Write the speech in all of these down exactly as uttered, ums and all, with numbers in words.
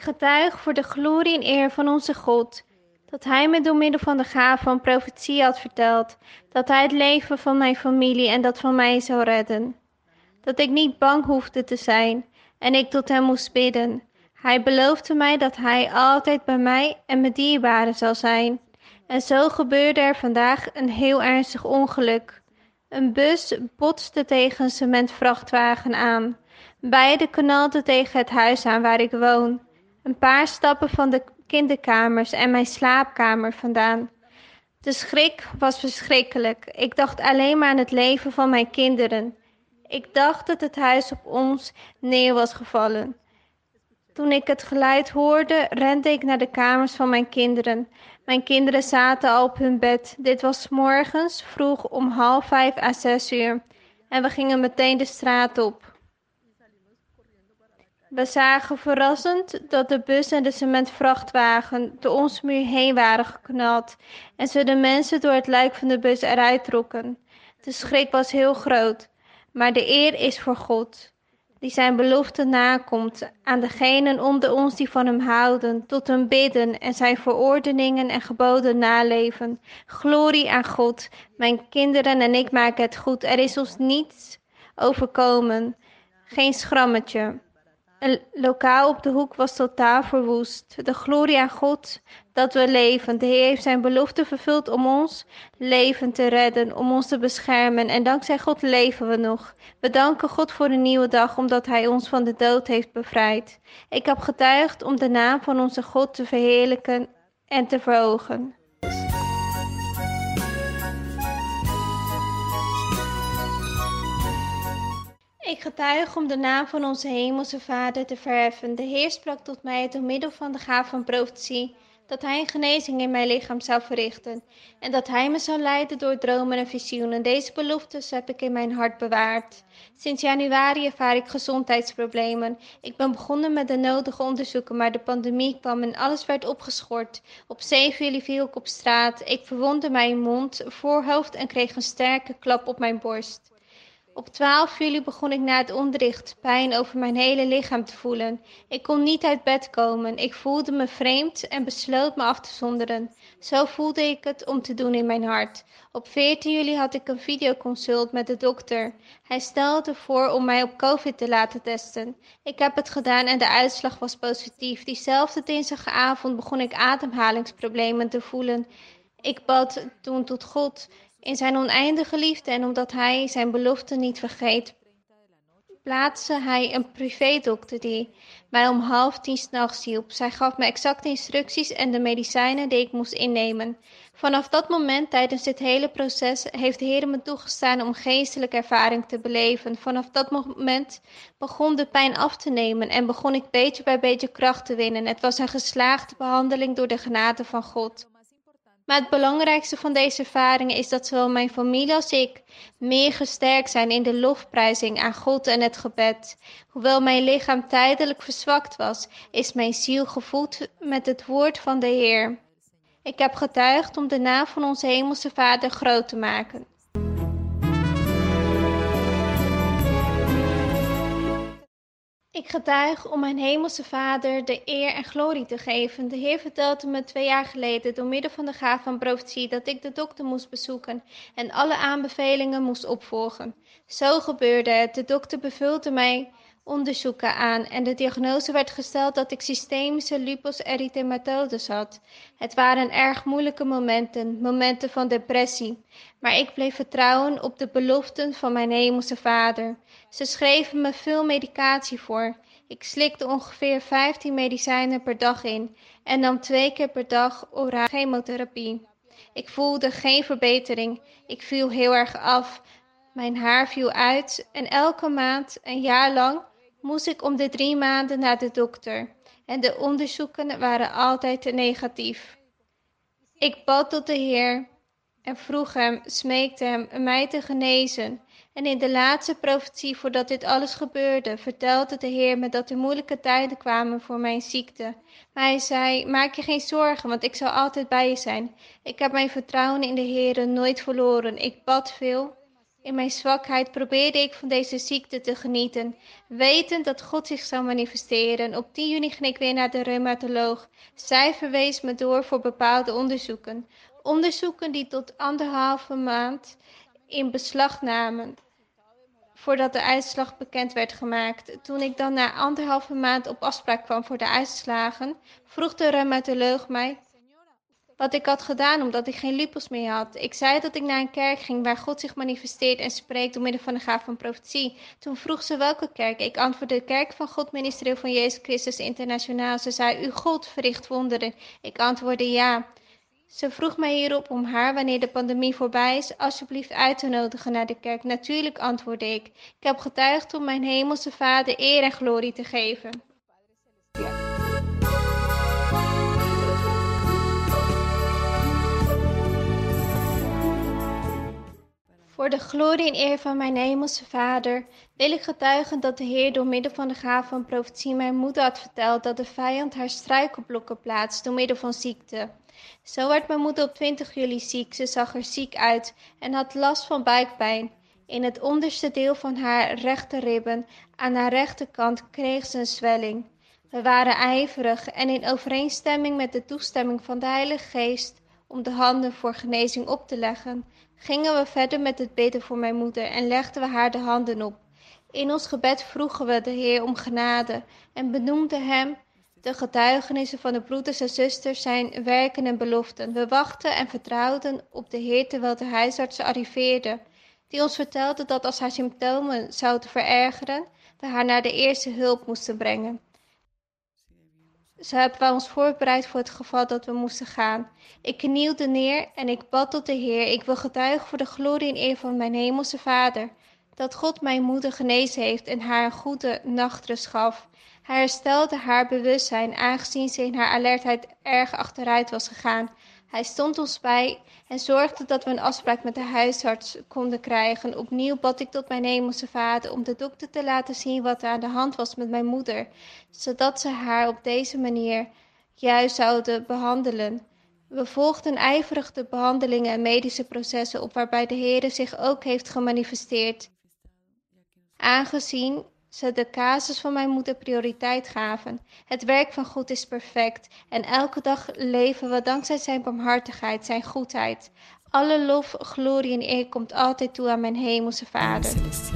getuig voor de glorie en eer van onze God, dat Hij me door middel van de gave van profetie had verteld, dat Hij het leven van mijn familie en dat van mij zou redden. Dat ik niet bang hoefde te zijn en ik tot Hem moest bidden. Hij beloofde mij dat Hij altijd bij mij en mijn dierbaren zal zijn. En zo gebeurde er vandaag een heel ernstig ongeluk. Een bus botste tegen een cementvrachtwagen aan. Beide knalden tegen het huis aan waar ik woon. Een paar stappen van de kinderkamers en mijn slaapkamer vandaan. De schrik was verschrikkelijk. Ik dacht alleen maar aan het leven van mijn kinderen. Ik dacht dat het huis op ons neer was gevallen. Toen ik het geluid hoorde, rende ik naar de kamers van mijn kinderen. Mijn kinderen zaten al op hun bed. Dit was 's morgens vroeg om half vijf à zes uur. En we gingen meteen de straat op. We zagen verrassend dat de bus en de cementvrachtwagen door onze muur heen waren geknald en ze de mensen door het luik van de bus eruit trokken. De schrik was heel groot, maar de eer is voor God, die zijn belofte nakomt aan degenen onder ons die van hem houden, tot hem bidden en zijn verordeningen en geboden naleven. Glorie aan God, mijn kinderen en ik maken het goed. Er is ons niets overkomen, geen schrammetje. Een lokaal op de hoek was totaal verwoest. De glorie aan God dat we leven. De Heer heeft zijn belofte vervuld om ons leven te redden, om ons te beschermen. En dankzij God leven we nog. We danken God voor een nieuwe dag, omdat Hij ons van de dood heeft bevrijd. Ik heb getuigd om de naam van onze God te verheerlijken en te verhogen. Ik getuig om de naam van onze hemelse Vader te verheffen. De Heer sprak tot mij door middel van de gave van profetie, dat Hij een genezing in mijn lichaam zou verrichten en dat Hij me zou leiden door dromen en visioenen. Deze beloftes heb ik in mijn hart bewaard. Sinds januari ervaar ik gezondheidsproblemen. Ik ben begonnen met de nodige onderzoeken, maar de pandemie kwam en alles werd opgeschort. Op zeven juli viel ik op straat. Ik verwondde mijn mond, voorhoofd en kreeg een sterke klap op mijn borst. Op twaalf juli begon ik na het onderricht pijn over mijn hele lichaam te voelen. Ik kon niet uit bed komen. Ik voelde me vreemd en besloot me af te zonderen. Zo voelde ik het om te doen in mijn hart. Op veertien juli had ik een videoconsult met de dokter. Hij stelde voor om mij op COVID te laten testen. Ik heb het gedaan en de uitslag was positief. Diezelfde dinsdagavond begon ik ademhalingsproblemen te voelen. Ik bad toen tot God in zijn oneindige liefde en omdat Hij zijn belofte niet vergeet, plaatste Hij een privédokter die mij om half tien 's nachts hielp. Zij gaf me exacte instructies en de medicijnen die ik moest innemen. Vanaf dat moment, tijdens dit hele proces, heeft de Heer me toegestaan om geestelijke ervaring te beleven. Vanaf dat moment begon de pijn af te nemen en begon ik beetje bij beetje kracht te winnen. Het was een geslaagde behandeling door de genade van God. Maar het belangrijkste van deze ervaringen is dat zowel mijn familie als ik meer gesterkt zijn in de lofprijzing aan God en het gebed. Hoewel mijn lichaam tijdelijk verzwakt was, is mijn ziel gevoed met het woord van de Heer. Ik heb getuigd om de naam van onze hemelse Vader groot te maken. Ik getuig om mijn hemelse Vader de eer en glorie te geven. De Heer vertelde me twee jaar geleden door middel van de gave van profetie dat ik de dokter moest bezoeken en alle aanbevelingen moest opvolgen. Zo gebeurde het. De dokter bevulde mij onderzoeken aan en de diagnose werd gesteld dat ik systemische lupus erythematodes had. Het waren erg moeilijke momenten, momenten van depressie, maar ik bleef vertrouwen op de beloften van mijn hemelse Vader. Ze schreven me veel medicatie voor. Ik slikte ongeveer vijftien medicijnen per dag in en nam twee keer per dag orale chemotherapie. Ik voelde geen verbetering. Ik viel heel erg af. Mijn haar viel uit en elke maand, een jaar lang, moest ik om de drie maanden naar de dokter. En de onderzoeken waren altijd te negatief. Ik bad tot de Heer en vroeg hem, smeekte hem mij te genezen. En in de laatste profetie voordat dit alles gebeurde, vertelde de Heer me dat er moeilijke tijden kwamen voor mijn ziekte. Maar hij zei, maak je geen zorgen, want ik zal altijd bij je zijn. Ik heb mijn vertrouwen in de Heer nooit verloren. Ik bad veel. In mijn zwakheid probeerde ik van deze ziekte te genieten, wetend dat God zich zou manifesteren. Op tien juni ging ik weer naar de reumatoloog. Zij verwees me door voor bepaalde onderzoeken. Onderzoeken die tot anderhalve maand in beslag namen, voordat de uitslag bekend werd gemaakt. Toen ik dan na anderhalve maand op afspraak kwam voor de uitslagen, vroeg de reumatoloog mij wat ik had gedaan omdat ik geen lupus meer had. Ik zei dat ik naar een kerk ging waar God zich manifesteert en spreekt door middel van de gave van profetie. Toen vroeg ze welke kerk. Ik antwoordde de kerk van God, ministerieel van Jezus Christus Internationaal. Ze zei, uw God verricht wonderen. Ik antwoordde ja. Ze vroeg mij hierop om haar, wanneer de pandemie voorbij is, alsjeblieft uit te nodigen naar de kerk. Natuurlijk, antwoordde ik. Ik heb getuigd om mijn hemelse Vader eer en glorie te geven. Voor de glorie en eer van mijn hemelse Vader wil ik getuigen dat de Heer door middel van de gave van profetie mijn moeder had verteld dat de vijand haar struikelblokken plaatst door middel van ziekte. Zo werd mijn moeder op twintig juli ziek. Ze zag er ziek uit en had last van buikpijn. In het onderste deel van haar rechterribben aan haar rechterkant kreeg ze een zwelling. We waren ijverig en in overeenstemming met de toestemming van de Heilige Geest om de handen voor genezing op te leggen, gingen we verder met het bidden voor mijn moeder en legden we haar de handen op. In ons gebed vroegen we de Heer om genade en benoemden hem de getuigenissen van de broeders en zusters, zijn werken en beloften. We wachten en vertrouwden op de Heer terwijl de huisarts arriveerde, die ons vertelde dat als haar symptomen zouden verergeren, we haar naar de eerste hulp moesten brengen. Zo hebben wij ons voorbereid voor het geval dat we moesten gaan. Ik knielde neer en ik bad tot de Heer. Ik wil getuigen voor de glorie en eer van mijn hemelse Vader, dat God mijn moeder genezen heeft en haar een goede nachtrust gaf. Hij herstelde haar bewustzijn, aangezien ze in haar alertheid erg achteruit was gegaan. Hij stond ons bij en zorgde dat we een afspraak met de huisarts konden krijgen. Opnieuw bad ik tot mijn hemelse Vader om de dokter te laten zien wat er aan de hand was met mijn moeder, zodat ze haar op deze manier juist zouden behandelen. We volgden ijverig de behandelingen en medische processen op waarbij de Heer zich ook heeft gemanifesteerd, aangezien ze de casus van mijn moeder prioriteit gaven. Het werk van God is perfect en elke dag leven we dankzij zijn barmhartigheid, zijn goedheid. Alle lof, glorie en eer komt altijd toe aan mijn hemelse Vader.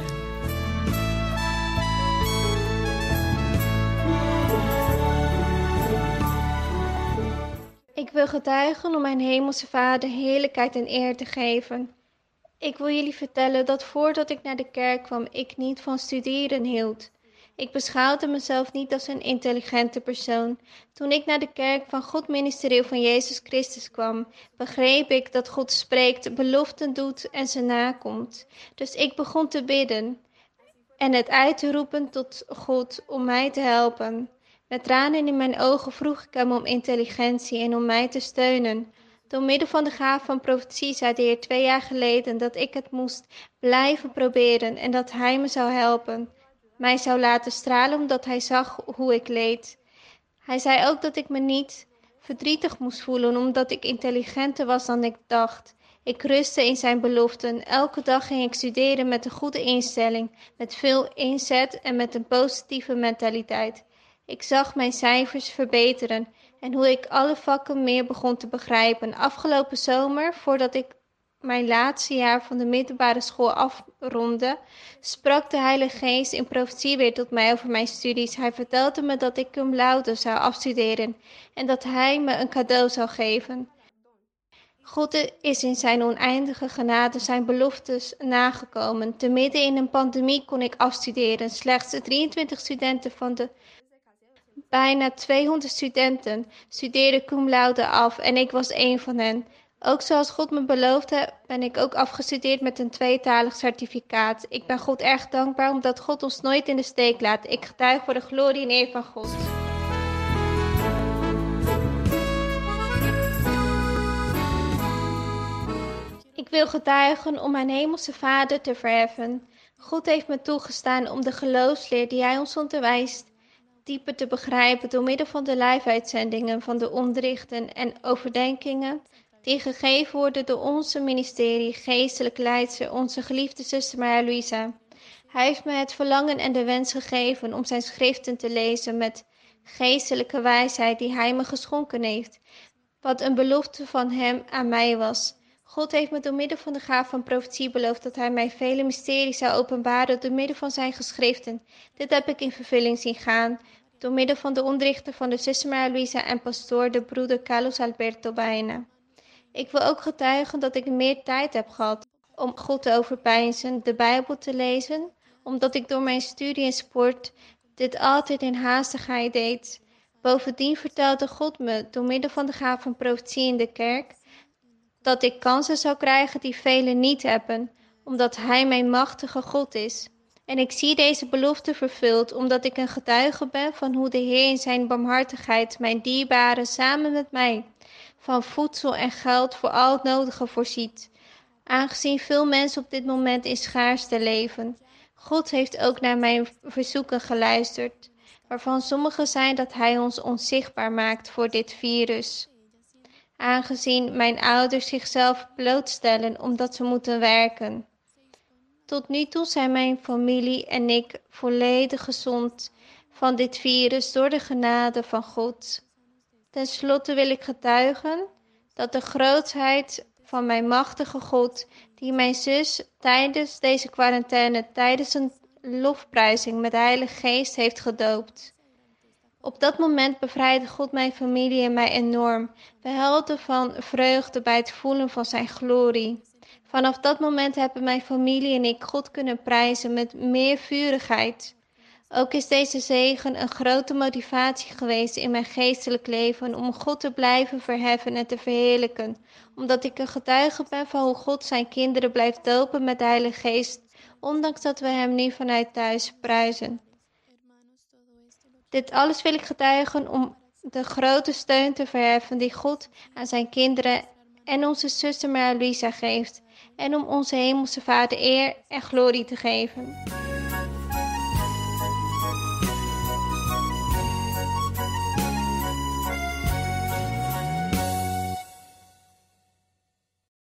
Ik wil getuigen om mijn hemelse Vader heerlijkheid en eer te geven. Ik wil jullie vertellen dat voordat ik naar de kerk kwam, ik niet van studeren hield. Ik beschouwde mezelf niet als een intelligente persoon. Toen ik naar de kerk van God ministerieel van Jezus Christus kwam, begreep ik dat God spreekt, beloften doet en ze nakomt. Dus ik begon te bidden en het uit te roepen tot God om mij te helpen. Met tranen in mijn ogen vroeg ik hem om intelligentie en om mij te steunen. Door middel van de gave van profetie zei de Heer twee jaar geleden dat ik het moest blijven proberen en dat Hij me zou helpen. Mij zou laten stralen omdat Hij zag hoe ik leed. Hij zei ook dat ik me niet verdrietig moest voelen omdat ik intelligenter was dan ik dacht. Ik rustte in zijn beloften. Elke dag ging ik studeren met een goede instelling, met veel inzet en met een positieve mentaliteit. Ik zag mijn cijfers verbeteren en hoe ik alle vakken meer begon te begrijpen. Afgelopen zomer, voordat ik mijn laatste jaar van de middelbare school afrondde, sprak de Heilige Geest in profetie weer tot mij over mijn studies. Hij vertelde me dat ik cum laude zou afstuderen en dat Hij me een cadeau zou geven. God is in zijn oneindige genade zijn beloftes nagekomen. Te midden in een pandemie kon ik afstuderen. Slechts drieëntwintig studenten van de bijna tweehonderd studenten studeerden cum laude af en ik was één van hen. Ook zoals God me beloofde, ben ik ook afgestudeerd met een tweetalig certificaat. Ik ben God erg dankbaar omdat God ons nooit in de steek laat. Ik getuig voor de glorie en eer van God. Ik wil getuigen om mijn hemelse Vader te verheffen. God heeft me toegestaan om de geloofsleer die Hij ons onderwijst dieper te begrijpen door middel van de live-uitzendingen van de onderrichten en overdenkingen die gegeven worden door onze ministerie, geestelijk leidster, onze geliefde zuster Maria Luisa. Hij heeft mij het verlangen en de wens gegeven om zijn schriften te lezen met geestelijke wijsheid die hij me geschonken heeft, wat een belofte van hem aan mij was. God heeft me door middel van de gave van profetie beloofd dat hij mij vele mysteries zou openbaren door middel van zijn geschriften. Dit heb ik in vervulling zien gaan, door middel van de onderrichten van de zuster Maria Luisa en pastoor de broeder Carlos Alberto Baena. Ik wil ook getuigen dat ik meer tijd heb gehad om God te overpeinzen, de Bijbel te lezen, omdat ik door mijn studie en sport dit altijd in haastigheid deed. Bovendien vertelde God me, door middel van de gave van profetie in de kerk, dat ik kansen zou krijgen die velen niet hebben, omdat Hij mijn machtige God is. En ik zie deze belofte vervuld, omdat ik een getuige ben van hoe de Heer in zijn barmhartigheid mijn dierbaren samen met mij van voedsel en geld voor al het nodige voorziet, aangezien veel mensen op dit moment in schaarste leven. God heeft ook naar mijn verzoeken geluisterd, waarvan sommige zijn dat Hij ons onzichtbaar maakt voor dit virus. Aangezien mijn ouders zichzelf blootstellen omdat ze moeten werken. Tot nu toe zijn mijn familie en ik volledig gezond van dit virus door de genade van God. Ten slotte wil ik getuigen dat de grootheid van mijn machtige God, die mijn zus tijdens deze quarantaine, tijdens een lofprijzing met de Heilige Geest heeft gedoopt. Op dat moment bevrijdde God mijn familie en mij enorm. We huilden van vreugde bij het voelen van zijn glorie. Vanaf dat moment hebben mijn familie en ik God kunnen prijzen met meer vurigheid. Ook is deze zegen een grote motivatie geweest in mijn geestelijk leven om God te blijven verheffen en te verheerlijken. Omdat ik een getuige ben van hoe God zijn kinderen blijft dopen met de Heilige Geest, ondanks dat we hem nu vanuit thuis prijzen. Dit alles wil ik getuigen om de grote steun te verheffen die God aan zijn kinderen en onze zuster Maria Luisa geeft. En om onze hemelse Vader eer en glorie te geven.